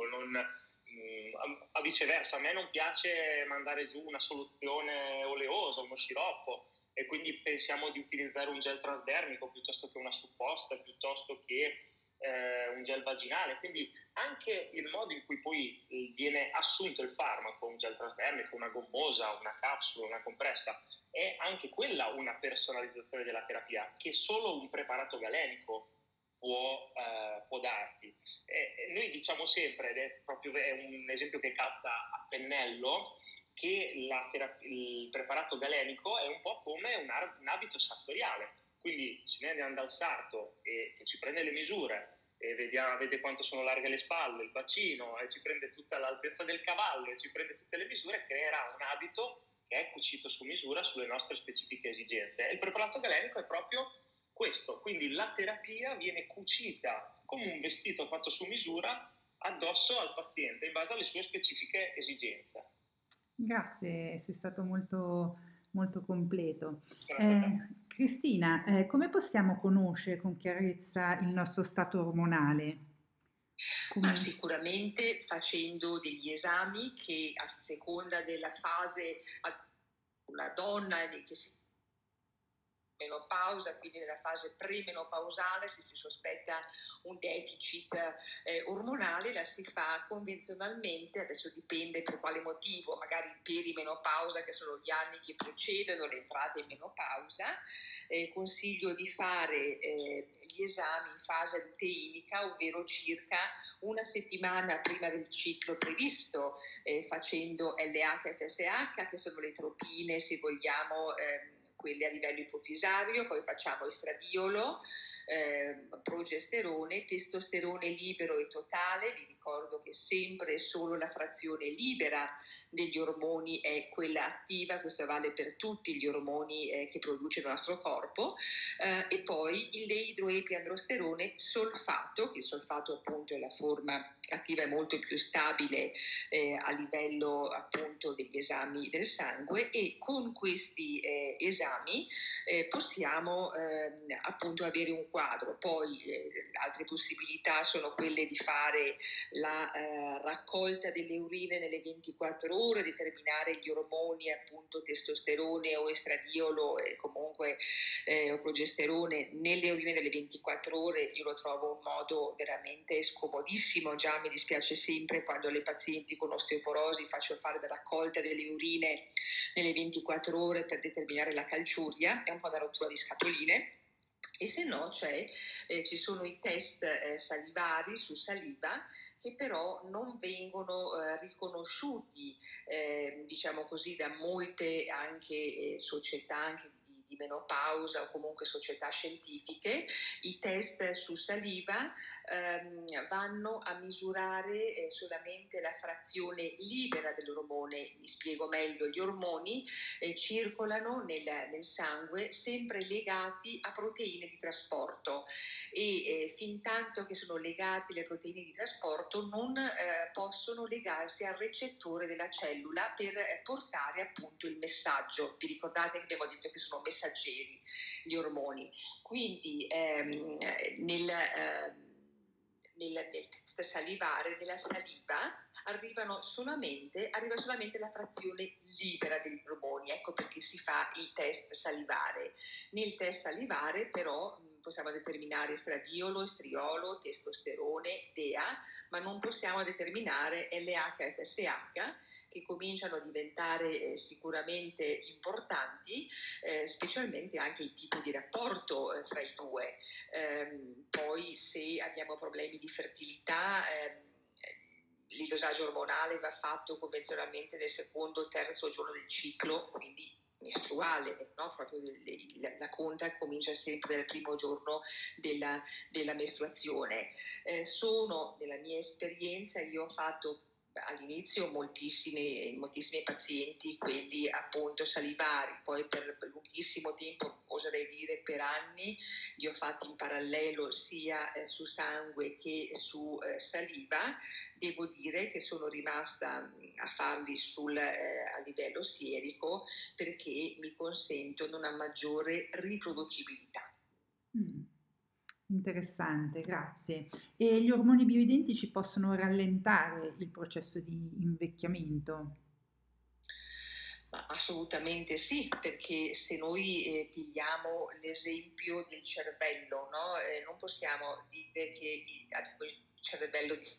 a viceversa a me non piace mandare giù una soluzione oleosa, uno sciroppo, e quindi pensiamo di utilizzare un gel trasdermico piuttosto che una supposta, piuttosto che un gel vaginale, quindi anche il modo in cui poi viene assunto il farmaco, un gel trasdermico, una gommosa, una capsula, una compressa, è anche quella una personalizzazione della terapia che solo un preparato galenico può darti. Noi diciamo sempre, ed è proprio è un esempio che calza a pennello, che il preparato galenico è un po' come un abito sartoriale. Quindi se noi andiamo dal sarto e ci prende le misure e vede quanto sono larghe le spalle, il bacino, e ci prende tutta l'altezza del cavallo e ci prende tutte le misure, creerà un abito che è cucito su misura sulle nostre specifiche esigenze. E il preparato galenico è proprio questo, quindi la terapia viene cucita come un vestito fatto su misura addosso al paziente in base alle sue specifiche esigenze. Grazie, sei stato molto, molto completo. Grazie a te. Cristina, come possiamo conoscere con chiarezza il nostro stato ormonale? Ma sicuramente facendo degli esami che a seconda della fase, una donna che si menopausa, quindi nella fase premenopausale, se si sospetta un deficit ormonale, la si fa convenzionalmente, adesso dipende per quale motivo, magari in perimenopausa, che sono gli anni che precedono l'entrata in menopausa, consiglio di fare gli esami in fase luteinica, ovvero circa una settimana prima del ciclo previsto, facendo LH-FSH, che sono le tropine, se vogliamo, quelle a livello ipofisario, poi facciamo estradiolo, progesterone, testosterone libero e totale. Vi ricordo che sempre solo la frazione libera degli ormoni è quella attiva, questo vale per tutti gli ormoni che produce il nostro corpo, e poi il leidroepiandrosterone solfato, che il solfato appunto è la forma attiva e molto più stabile a livello appunto degli esami del sangue, e con questi esami possiamo appunto avere un quadro. Poi altre possibilità sono quelle di fare la raccolta delle urine nelle 24 ore, determinare gli ormoni appunto testosterone o estradiolo e comunque o progesterone nelle urine delle 24 ore. Io lo trovo un modo veramente scomodissimo, già mi dispiace sempre quando le pazienti con osteoporosi faccio fare la raccolta delle urine nelle 24 ore per determinare la calciuria, è un po' da rottura di scatoline. E se no ci sono i test salivari su saliva, che però non vengono riconosciuti, diciamo così, da molte anche società anche di menopausa o comunque società scientifiche. I test su saliva vanno a misurare solamente la frazione libera dell'ormone. Mi spiego meglio: gli ormoni circolano nel sangue sempre legati a proteine di trasporto, e fin tanto che sono legati alle proteine di trasporto non possono legarsi al recettore della cellula per portare appunto il messaggio. Vi ricordate che abbiamo detto che sono messaggeri gli ormoni? Quindi nel test salivare, nella saliva arriva solamente la frazione libera degli ormoni. Ecco perché si fa il test salivare. Nel test salivare però possiamo determinare estradiolo, estriolo, testosterone, DEA, ma non possiamo determinare LH, FSH, che cominciano a diventare sicuramente importanti, specialmente anche il tipo di rapporto fra i due. Poi se abbiamo problemi di fertilità, il dosaggio ormonale va fatto convenzionalmente nel secondo o terzo giorno del ciclo, quindi mestruale, no? Proprio la conta comincia sempre dal primo giorno della mestruazione. Sono, nella mia esperienza, io ho fatto all'inizio moltissimi pazienti, quelli appunto salivari, poi per lunghissimo tempo, oserei dire per anni, li ho fatti in parallelo sia su sangue che su saliva. Devo dire che sono rimasta a farli a livello sierico perché mi consentono una maggiore riproducibilità. Interessante, grazie. E gli ormoni bioidentici possono rallentare il processo di invecchiamento? Ma assolutamente sì, perché se noi pigliamo l'esempio del cervello, no? Non possiamo dire che il cervello di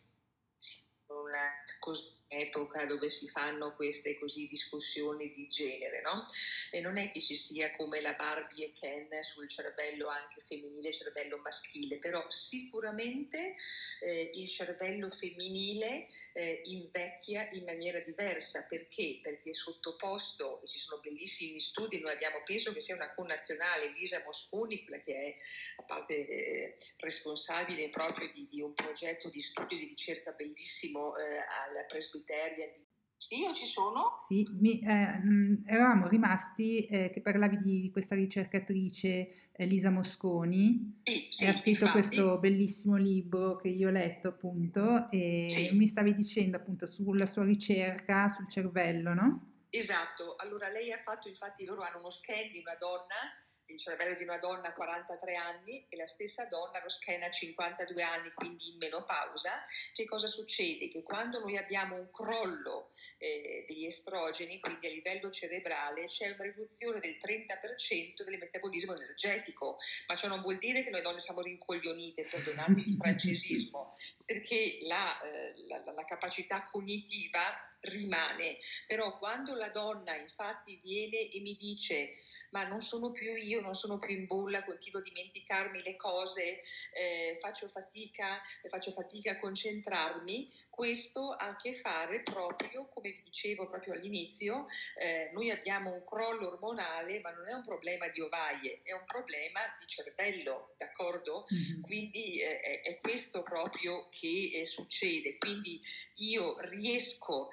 una epoca dove si fanno queste così discussioni di genere, no? E non è che ci sia come la Barbie e Ken sul cervello anche femminile e cervello maschile, però sicuramente il cervello femminile invecchia in maniera diversa. Perché? Perché è sottoposto, e ci sono bellissimi studi, noi abbiamo, penso che sia una connazionale, Lisa Mosconi, quella che è a parte responsabile proprio di un progetto di studio di ricerca bellissimo alla Presbyterian. Sì, io ci sono. Sì, eravamo rimasti che parlavi di questa ricercatrice Lisa Mosconi, Sì, e ha sì, scritto infatti. questo bellissimo libro che io ho letto appunto, e Sì. mi stavi dicendo appunto sulla sua ricerca sul cervello, no? Esatto, allora lei ha fatto, infatti loro hanno uno scan di una donna, il cervello di una donna a 43 anni e la stessa donna lo scan a 52 anni, quindi in menopausa. Che cosa succede? Che quando noi abbiamo un crollo degli estrogeni, quindi a livello cerebrale, c'è una riduzione del 30% del metabolismo energetico, ma ciò non vuol dire che noi donne siamo rincoglionite, perdonate il francesismo, perché la capacità cognitiva rimane. Però quando la donna infatti viene e mi dice ma non sono più io, non sono più in bolla, continuo a dimenticarmi le cose, faccio fatica a concentrarmi, questo ha a che fare proprio, come vi dicevo proprio all'inizio, noi abbiamo un crollo ormonale, ma non è un problema di ovaie, è un problema di cervello, d'accordo? Mhm. Quindi è questo proprio che succede. Quindi io riesco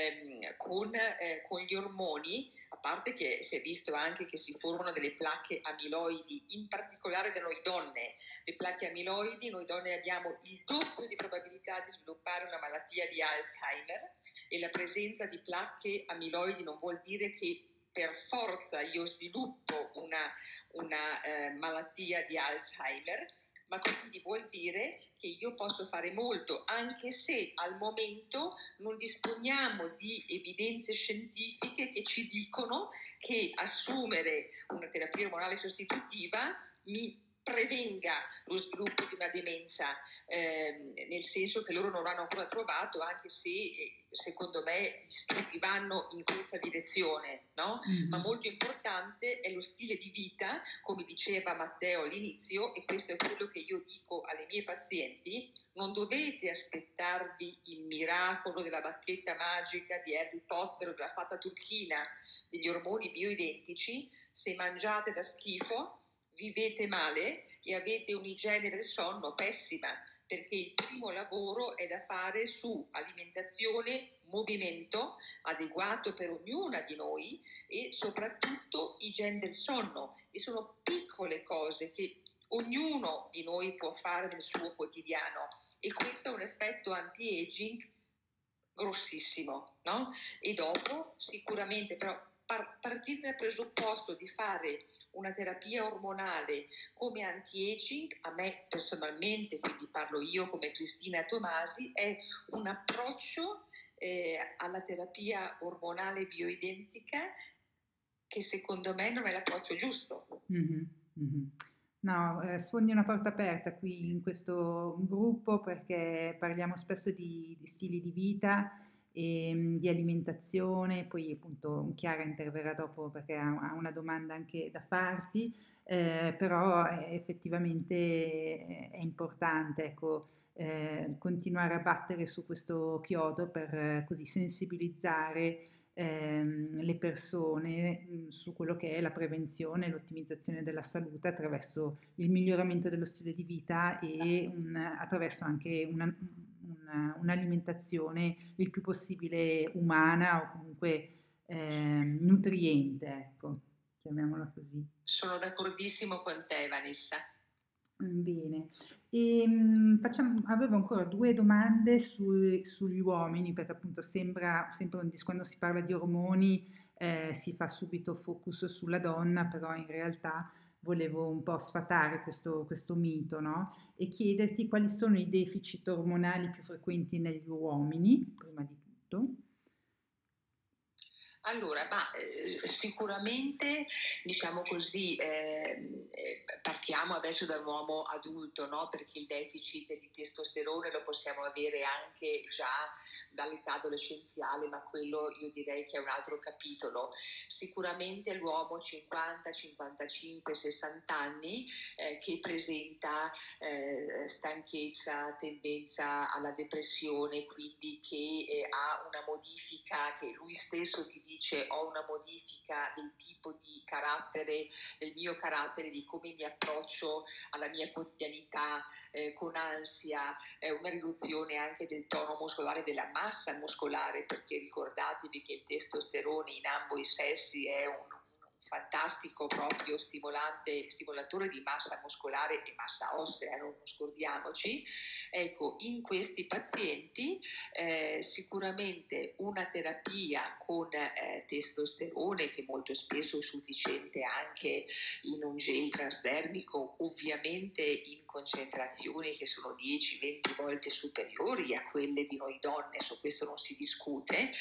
con gli ormoni, a parte che si è visto anche che si formano delle placche amiloidi, in particolare da noi donne. Le placche amiloidi, noi donne abbiamo il doppio di probabilità di sviluppare una malattia di Alzheimer, e la presenza di placche amiloidi non vuol dire che per forza io sviluppo una malattia di Alzheimer, ma quindi vuol dire che io posso fare molto, anche se al momento non disponiamo di evidenze scientifiche che ci dicono che assumere una terapia ormonale sostitutiva mi prevenga lo sviluppo di una demenza, nel senso che loro non l'hanno ancora trovato, anche se secondo me gli studi vanno in questa direzione, no? Mm-hmm. Ma molto importante è lo stile di vita, come diceva Matteo all'inizio, e questo è quello che io dico alle mie pazienti: non dovete aspettarvi il miracolo della bacchetta magica di Harry Potter o della fata turchina degli ormoni bioidentici. Se mangiate da schifo, vivete male e avete un'igiene del sonno pessima, perché il primo lavoro è da fare su alimentazione, movimento adeguato per ognuna di noi e soprattutto igiene del sonno. E sono piccole cose che ognuno di noi può fare nel suo quotidiano, e questo è un effetto anti-aging grossissimo, no? E dopo sicuramente però partire dal presupposto di fare una terapia ormonale come anti-aging, a me personalmente, quindi parlo io come Cristina Tomasi, è un approccio alla terapia ormonale bioidentica che secondo me non è l'approccio giusto. Mm-hmm. Mm-hmm. No, sfondi una porta aperta qui in questo gruppo, perché parliamo spesso di stili di vita e di alimentazione. Poi appunto Chiara interverrà dopo perché ha una domanda anche da farti, però effettivamente è importante, ecco, continuare a battere su questo chiodo per così sensibilizzare le persone su quello che è la prevenzione e l'ottimizzazione della salute attraverso il miglioramento dello stile di vita e attraverso anche un'alimentazione il più possibile umana o comunque nutriente, ecco, chiamiamola così. Sono d'accordissimo con te, Vanessa. Bene, avevo ancora due domande sugli uomini, perché appunto sembra sempre quando si parla di ormoni si fa subito focus sulla donna, però in realtà volevo un po' sfatare questo mito, no? E chiederti quali sono i deficit ormonali più frequenti negli uomini, prima di tutto. Allora, sicuramente, diciamo così, partiamo adesso da un uomo adulto, no? Perché il deficit di testosterone lo possiamo avere anche già dall'età adolescenziale, ma quello io direi che è un altro capitolo. Sicuramente l'uomo 50, 55, 60 anni che presenta stanchezza, tendenza alla depressione, quindi che ha una modifica che lui stesso ti dice: ho una modifica del tipo di carattere, del mio carattere, di come mi approccio alla mia quotidianità, con ansia, una riduzione anche del tono muscolare, della massa muscolare, perché ricordatevi che il testosterone in ambo i sessi è un fantastico proprio stimolatore di massa muscolare e massa ossea, non scordiamoci. Ecco, in questi pazienti sicuramente una terapia con testosterone, che molto spesso è sufficiente anche in un gel trasdermico, ovviamente in concentrazioni che sono 10-20 volte superiori a quelle di noi donne, su questo non si discute,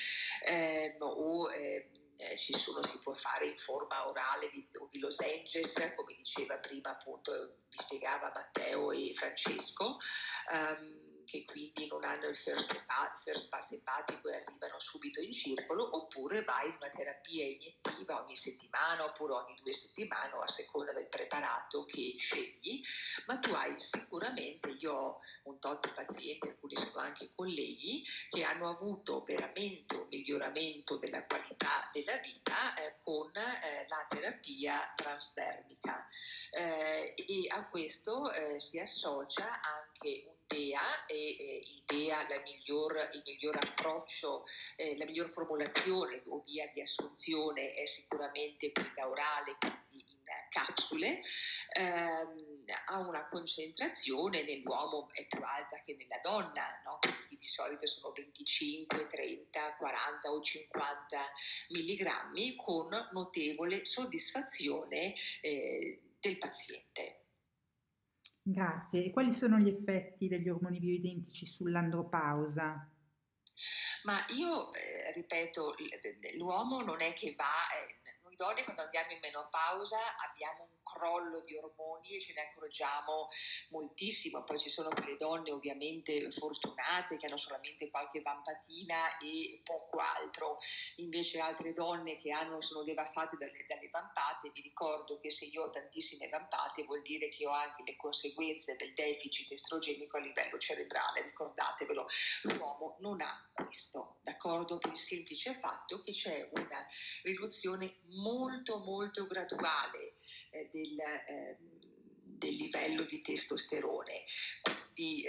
si può fare in forma orale di lozenges, come diceva prima appunto, vi spiegava Matteo e Francesco, che quindi non hanno il first pass epatico e arrivano subito in circolo, oppure vai in una terapia iniettiva ogni settimana oppure ogni 2 settimane a seconda del preparato che scegli, ma tu hai sicuramente, io ho un tot di pazienti, alcuni sono anche colleghi, che hanno avuto veramente un miglioramento della qualità della vita con la terapia transdermica, e a questo si associa anche un DEA, e il DEA il miglior approccio, la miglior formulazione o via di assunzione è sicuramente quella orale, quindi in capsule. Ha una concentrazione nell'uomo è più alta che nella donna, no? Quindi di solito sono 25, 30, 40 o 50 milligrammi, con notevole soddisfazione del paziente. Grazie. E quali sono gli effetti degli ormoni bioidentici sull'andropausa? Ma io ripeto, l'uomo non è che va, noi donne quando andiamo in menopausa abbiamo un crollo di ormoni e ce ne accorgiamo moltissimo. Poi ci sono quelle donne ovviamente fortunate che hanno solamente qualche vampatina e poco altro, invece altre donne che sono devastate dalle vampate. Vi ricordo che se io ho tantissime vampate vuol dire che ho anche le conseguenze del deficit estrogenico a livello cerebrale, ricordatevelo. L'uomo non ha questo, d'accordo? Per il semplice fatto che c'è una riduzione molto molto graduale del livello di testosterone. Quindi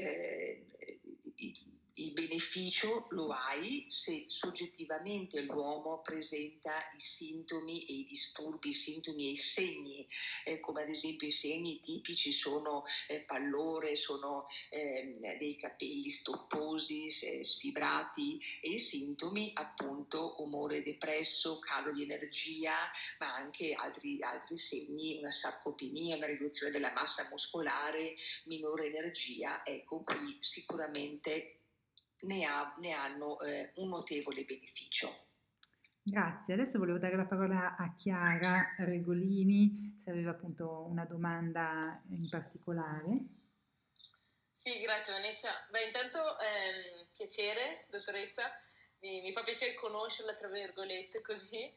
il beneficio lo hai se soggettivamente l'uomo presenta i sintomi e i disturbi, i sintomi e i segni, come ad esempio i segni tipici sono pallore, sono dei capelli stopposi, sfibrati, e i sintomi appunto umore depresso, calo di energia, ma anche altri segni, una sarcopenia, una riduzione della massa muscolare, minore energia. Ecco, qui sicuramente ne hanno un notevole beneficio. Grazie. Adesso volevo dare la parola a Chiara Regolini, se aveva appunto una domanda in particolare. Sì, grazie Vanessa. Beh, intanto piacere, dottoressa, mi fa piacere conoscerla, tra virgolette, così.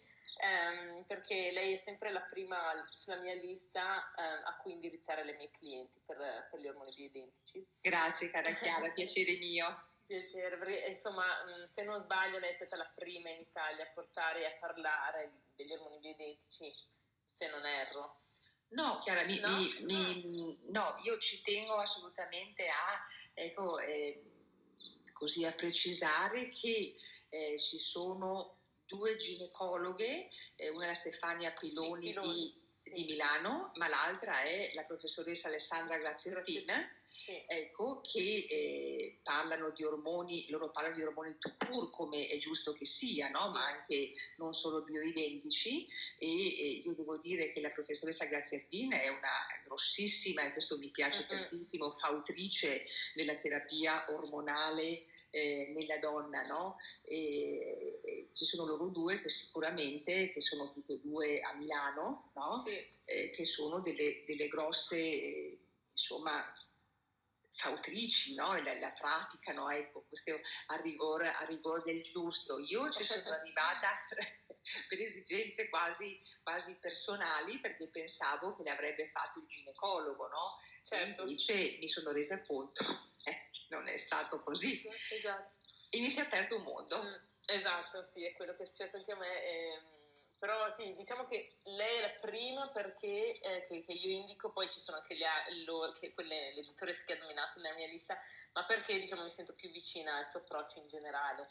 perché lei è sempre la prima sulla mia lista a cui indirizzare le mie clienti per gli ormoni bioidentici. Grazie cara Chiara, piacere mio. Piacere, perché insomma, se non sbaglio, lei è stata la prima in Italia a portare e a parlare degli ormoni bioidentici, se non erro. No, Chiara, No? no, io ci tengo assolutamente a, ecco, così a precisare che ci sono 2 ginecologhe, una è la Stefania Piloni, Piloni, di Milano, ma l'altra è la professoressa Alessandra Grazzettin. Sì. Ecco, che parlano di ormoni, loro parlano di ormoni tout court, come è giusto che sia, no? Sì. Ma anche non solo bioidentici, e io devo dire che la professoressa Grazzettin è una grossissima, e questo mi piace tantissimo, fautrice della terapia ormonale nella donna, no? E ci sono loro 2 che sicuramente, che sono tutte e 2 a Milano, no? Sì. Che sono delle grosse, insomma, fautrici, no? La praticano, ecco, questo a rigor del giusto. Io ci sono arrivata per esigenze quasi personali, perché pensavo che l'avrebbe fatto il ginecologo, no? Certo. E invece mi sono resa conto che non è stato così. Esatto. E mi si è aperto un mondo. Esatto, sì, è quello che è successo anche a me. Però sì, diciamo che lei è la prima perché che io indico, poi ci sono anche le editoriali che hanno nominato nella mia lista, ma perché diciamo mi sento più vicina al suo approccio in generale.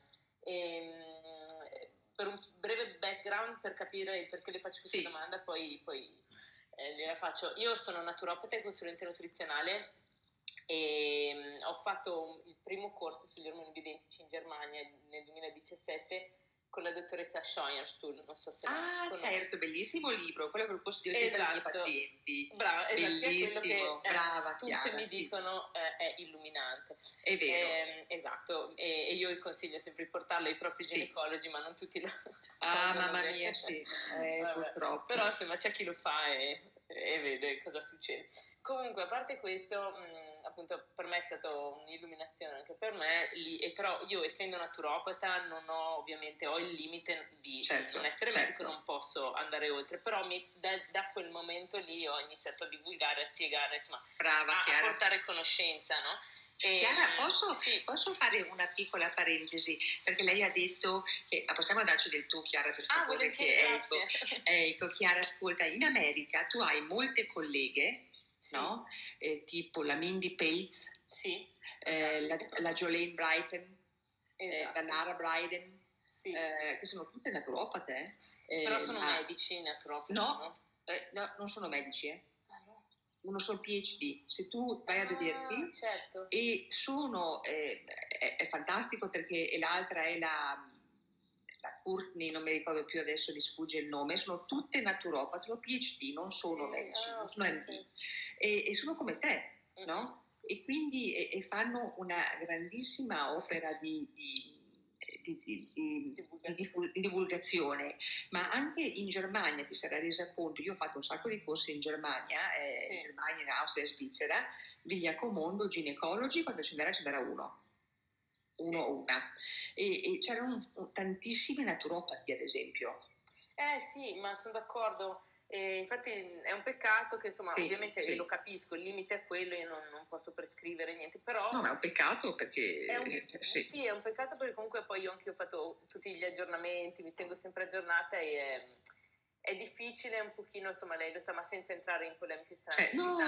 Per un breve background per capire il perché le faccio questa domanda, poi gliela faccio. Io sono naturopata e consulente nutrizionale e ho fatto il primo corso sugli ormoni bioidentici in Germania nel 2017 con la dottoressa Scheuerstuhl, non so se la conosci. Certo, bellissimo libro, quello che lo consiglio sempre ai miei pazienti. Brava, bellissimo, che, brava tutte Chiara, mi dicono è illuminante. È vero. Esatto, e io consiglio sempre di portarlo ai propri ginecologi, ma non tutti lo mamma mia, sì, purtroppo. Però insomma c'è chi lo fa e vede cosa succede. Comunque, a parte questo, appunto per me è stata un'illuminazione anche per me, e però io essendo naturopata non ho, ovviamente ho il limite di non essere medico, non posso andare oltre, però da quel momento lì ho iniziato a divulgare, a spiegare, insomma, a portare conoscenza, no? Chiara, posso fare una piccola parentesi? Perché lei ha detto che, ma possiamo darci del tu, Chiara, per favore? Ecco, Chiara, ascolta, in America tu hai molte colleghe, no? Tipo la Mindy Pelz, la Jolene Brighton, la Lara Bryden, che sono tutte naturopate. Però sono medici naturopati, no, non sono medici, non sono PhD. Se tu vai a vederti, certo. E sono è fantastico, perché e l'altra è la Courtney, non mi ricordo più adesso, mi sfugge il nome, sono tutte naturopate, sono PhD, non sono medici, non sono MD, e sono come te, no? E quindi fanno una grandissima opera di divulgazione, ma anche in Germania ti sarai resa conto. Io ho fatto un sacco di corsi in Germania, in Germania, in Austria e Svizzera, Vigliacomondo, ginecologi, quando ce n'era uno o una, e c'erano tantissimi naturopati, ad esempio. Sì, ma sono d'accordo. Infatti è un peccato che, insomma, ovviamente io lo capisco, il limite è quello, io non posso prescrivere niente, però... No, ma è un peccato perché... Sì, è un peccato perché comunque poi anche io ho fatto tutti gli aggiornamenti, mi tengo sempre aggiornata e è difficile un pochino, insomma, lei lo sa, ma senza entrare in polemiche strane.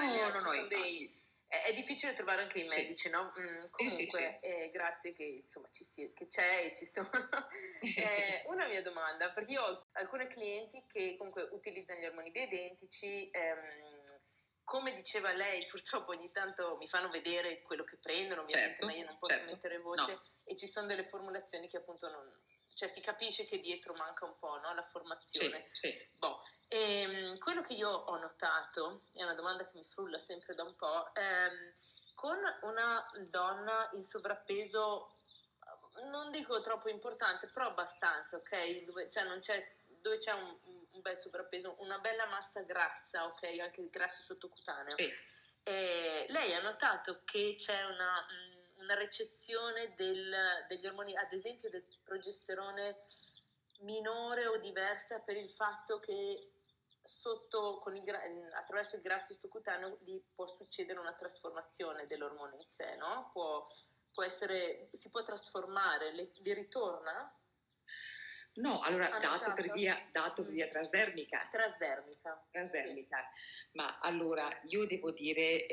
È difficile trovare anche i medici, no? Comunque, grazie che insomma che c'è e ci sono. Una mia domanda, perché io ho alcune clienti che comunque utilizzano gli ormoni bioidentici, come diceva lei, purtroppo ogni tanto mi fanno vedere quello che prendono, ovviamente, ma io non posso mettere voce, e ci sono delle formulazioni che appunto non... Cioè si capisce che dietro manca un po', no? La formazione. Boh. Quello che io ho notato, è una domanda che mi frulla sempre da un po', con una donna in sovrappeso, non dico troppo importante, però abbastanza, ok? Dove c'è un bel sovrappeso, una bella massa grassa, ok? Anche il grasso sottocutaneo. Lei ha notato che c'è una recezione degli ormoni, ad esempio del progesterone minore o diversa per il fatto che attraverso il grasso sottocutaneo lì può succedere una trasformazione dell'ormone in sé, no? Si può trasformare, li ritorna? No, allora dato per via trasdermica. Trasdermica. Sì. Ma allora io devo dire,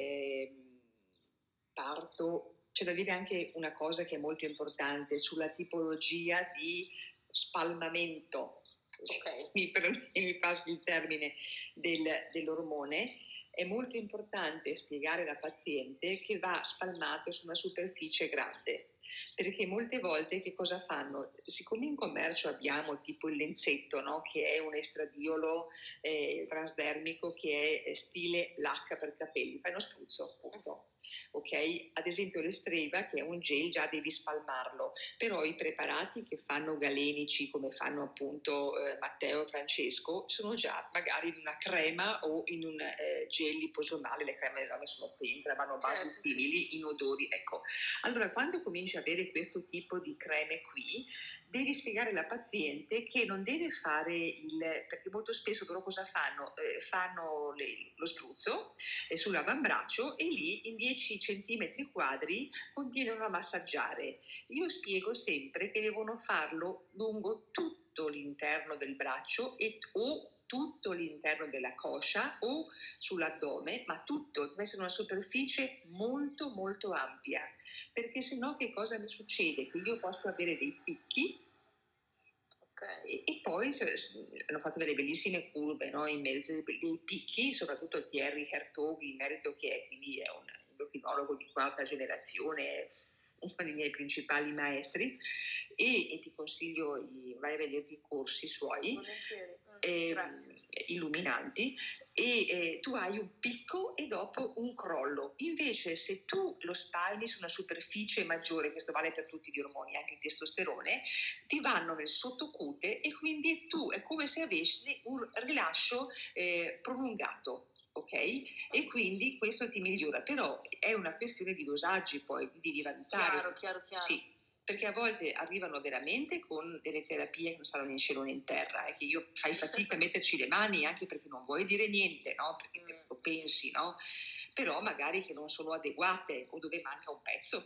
c'è da dire anche una cosa che è molto importante sulla tipologia di spalmamento, okay. mi passi il termine, dell'ormone. È molto importante spiegare alla paziente che va spalmato su una superficie grande. Perché molte volte che cosa fanno? Siccome in commercio abbiamo tipo il lenzetto, no? Che è un estradiolo trasdermico che è stile lacca per capelli, fai uno spruzzo appunto. Ok? Ad esempio l'Estreva, che è un gel, già devi spalmarlo, però i preparati che fanno galenici come fanno appunto Matteo e Francesco sono già magari in una crema o in un gel liposomale. Le creme delle donne sono pentra, vanno a basi simili in odori, ecco. Allora quando cominci a avere questo tipo di creme qui, devi spiegare alla paziente che non deve fare perché molto spesso loro cosa fanno? Fanno lo spruzzo sull'avambraccio e lì in 10 centimetri quadri continuano a massaggiare. Io spiego sempre che devono farlo lungo tutto l'interno del braccio o tutto l'interno della coscia o sull'addome, ma tutto deve essere una superficie molto molto ampia, perché sennò che cosa mi succede? Che io posso avere dei picchi. E poi hanno fatto delle bellissime curve, no? In merito dei picchi, soprattto Thierry Hertoghi, in merito che quindi è un endocrinologo di quarta generazione, uno dei miei principali maestri, e ti consiglio, vai a vederti i corsi suoi, illuminanti, e tu hai un picco e dopo un crollo. Invece se tu lo spalmi su una superficie maggiore, questo vale per tutti gli ormoni, anche il testosterone, ti vanno nel sottocute e quindi tu è come se avessi un rilascio prolungato. Ok? E quindi questo ti migliora, però è una questione di dosaggi, poi devi valutare. Chiaro. Sì, perché a volte arrivano veramente con delle terapie che non stanno né in cielo né in terra, e che io fai fatica a metterci le mani anche perché non vuoi dire niente, no? Perché te lo pensi, no? Però magari che non sono adeguate o dove manca un pezzo.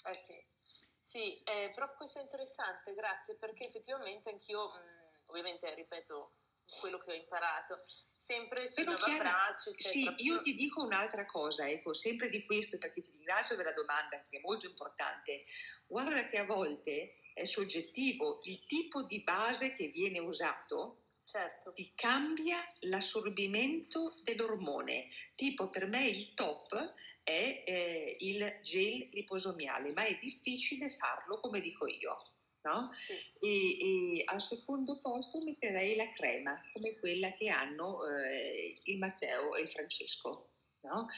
Sì, però questo è interessante, grazie, perché effettivamente anch'io, ovviamente ripeto quello che ho imparato, sempre sull'avambraccio, eccetera. Sì, io ti dico un'altra cosa, ecco, sempre di questo, perché ti ringrazio per la domanda, che è molto importante. Guarda che a volte è soggettivo, il tipo di base che viene usato ti cambia l'assorbimento dell'ormone. Tipo per me il top è il gel liposomiale, ma è difficile farlo come dico io. No? Sì. E al secondo posto metterei la crema, come quella che hanno il Matteo e il Francesco. No?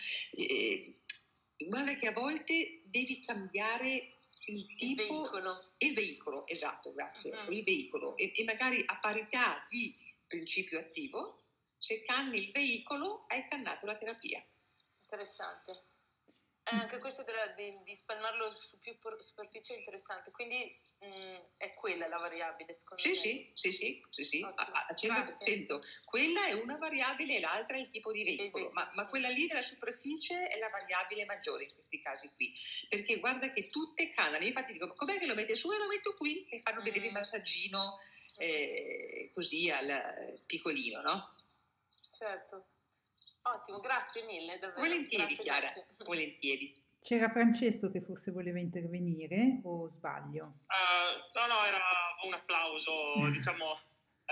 Guarda che a volte devi cambiare il tipo, il veicolo, esatto, grazie, il veicolo, e magari a parità di principio attivo, se canni il veicolo hai cannato la terapia. Interessante. Anche questo di spalmarlo su più superficie è interessante, quindi è quella la variabile secondo me. Sì, a 100%. Quella è una variabile e l'altra è il tipo di veicolo, ma quella lì della superficie è la variabile maggiore in questi casi qui, perché guarda che tutte cannano. Io infatti dico, com'è che lo mette su e lo metto qui, e fanno vedere il massaggino così al piccolino, no? Certo. Ottimo, grazie mille, davvero. Volentieri, Chiara, volentieri. C'era Francesco che forse voleva intervenire, o sbaglio? No, era un applauso, diciamo,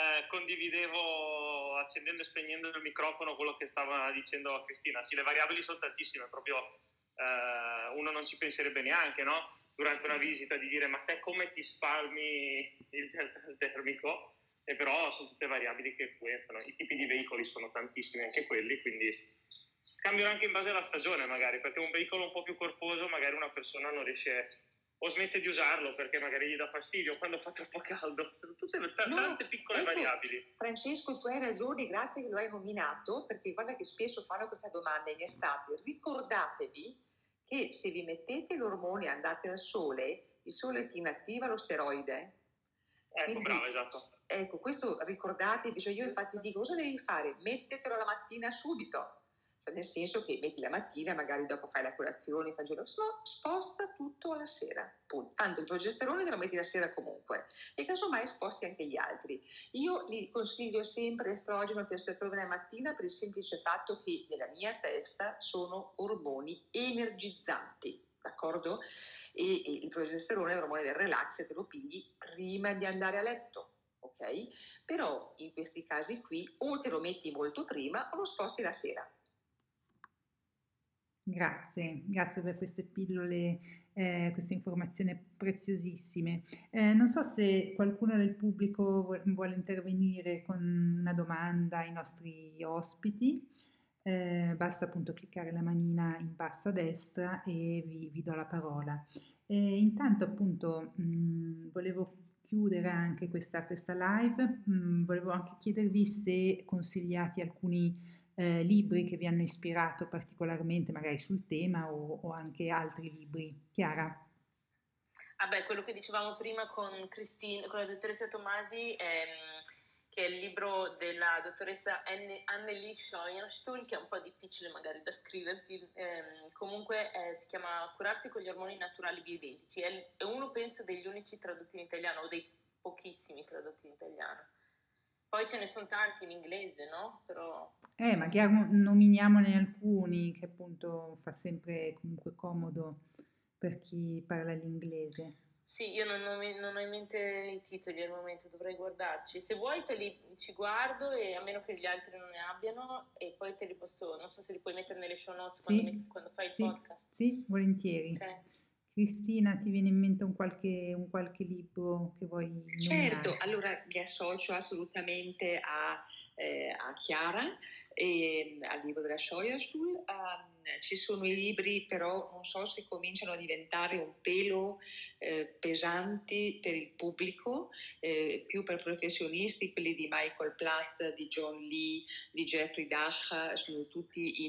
condividevo accendendo e spegnendo il microfono quello che stava dicendo Cristina. Sì, le variabili sono tantissime, proprio uno non ci penserebbe neanche, no? Durante una visita di dire, ma te come ti spalmi il gel trasdermico? E però sono tutte variabili che influenzano. I tipi di veicoli sono tantissimi anche quelli, quindi cambiano anche in base alla stagione magari, perché un veicolo un po' più corposo magari una persona non riesce o smette di usarlo perché magari gli dà fastidio quando fa troppo caldo. Tutte tante piccole variabili. Francesco, tu hai ragione, grazie che lo hai nominato, perché guarda che spesso fanno questa domanda in estate. Ricordatevi che se vi mettete l'ormone e andate al sole, il sole ti inattiva lo steroide. Ecco, bravo, esatto. ecco, questo ricordatevi, cioè io infatti dico, cosa devi fare? Mettetelo la mattina subito, cioè nel senso che metti la mattina, magari dopo fai la colazione, fai il giorno, no, sposta tutto alla sera, punto. Tanto il progesterone te lo metti la sera comunque, e casomai sposti anche gli altri. Io li consiglio sempre estrogeno e testosterone la mattina per il semplice fatto che nella mia testa sono ormoni energizzanti, d'accordo? E il progesterone è l'ormone del relax e te lo pigli prima di andare a letto, ok? Però in questi casi qui o te lo metti molto prima o lo sposti la sera. Grazie, grazie per queste pillole, queste informazioni preziosissime. Non so se qualcuno del pubblico vuole intervenire con una domanda ai nostri ospiti. Basta appunto cliccare la manina in basso a destra e vi do la parola. Intanto appunto volevo chiudere anche questa live, volevo anche chiedervi se consigliate alcuni libri che vi hanno ispirato particolarmente, magari sul tema o anche altri libri. Chiara? Quello che dicevamo prima con la dottoressa Tomasi, che è il libro della dottoressa Annelie Scheuerstuhl, che è un po' difficile magari da scriversi, comunque si chiama Curarsi con gli ormoni naturali bioidentici, è uno penso degli unici tradotti in italiano o dei pochissimi tradotti in italiano. Poi ce ne sono tanti in inglese, no? Però... magari nominiamone alcuni che appunto fa sempre comunque comodo per chi parla l'inglese. Sì, io non ho in mente i titoli al momento, dovrei guardarci. Se vuoi ci guardo, e a meno che gli altri non ne abbiano, e poi te li posso, non so se li puoi mettere nelle show notes quando fai il podcast. Sì, volentieri. Okay. Cristina, ti viene in mente un qualche libro che vuoi nominare? Certo, allora mi associo assolutamente a Chiara e al libro della Scheuerstuhl. Ci sono i libri, però non so se cominciano a diventare un pelo pesanti per il pubblico, più per professionisti, quelli di Michael Platt, di John Lee, di Jeffrey Dach, sono tutti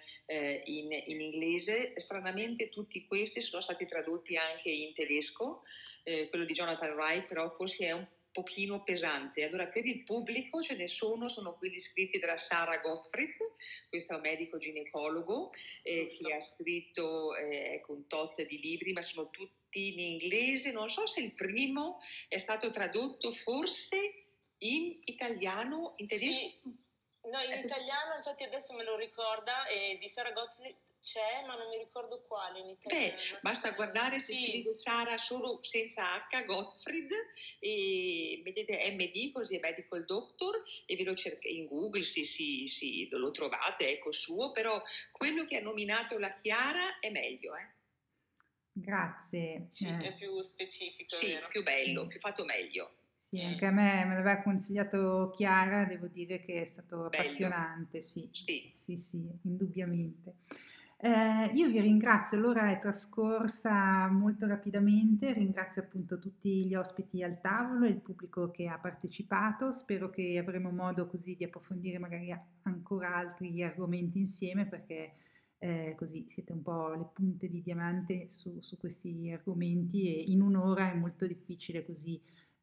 in inglese. Stranamente tutti questi sono stati tradotti anche in tedesco. Quello di Jonathan Wright però forse è un pochino pesante. Allora per il pubblico ce ne sono quelli scritti dalla Sarah Gottfried, questo è un medico ginecologo che ha scritto un tot di libri, ma sono tutti in inglese. Non so se il primo è stato tradotto forse in italiano, in tedesco. Sì. No, in italiano, infatti adesso me lo ricorda, di Sarah Gottfried c'è, ma non mi ricordo quale in italiano. Basta guardare se scrive Sarah solo senza H, Gottfried, e mettete MD, così è Medical Doctor, e ve lo cercate in Google, sì, lo trovate, ecco suo, però quello che ha nominato la Chiara è meglio, Grazie. Sì, è più specifico. Sì, vero? Più bello, più fatto meglio. Sì, anche a me l'aveva consigliato Chiara, devo dire che è stato appassionante, sì, indubbiamente. Io vi ringrazio, l'ora è trascorsa molto rapidamente, ringrazio appunto tutti gli ospiti al tavolo e il pubblico che ha partecipato, spero che avremo modo così di approfondire magari ancora altri argomenti insieme, perché così siete un po' le punte di diamante su questi argomenti, e in un'ora è molto difficile così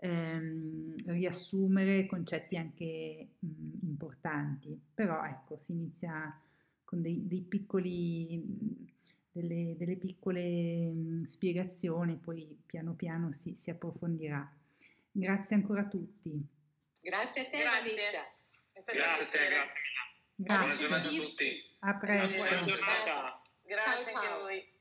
riassumere concetti anche importanti, però ecco, si inizia con dei piccoli, delle piccole spiegazioni, poi piano piano si approfondirà. Grazie ancora a tutti. Grazie a te, Vanessa. Grazie a te, Grazie. Buona giornata a tutti. A presto. Buona giornata. Grazie anche a voi.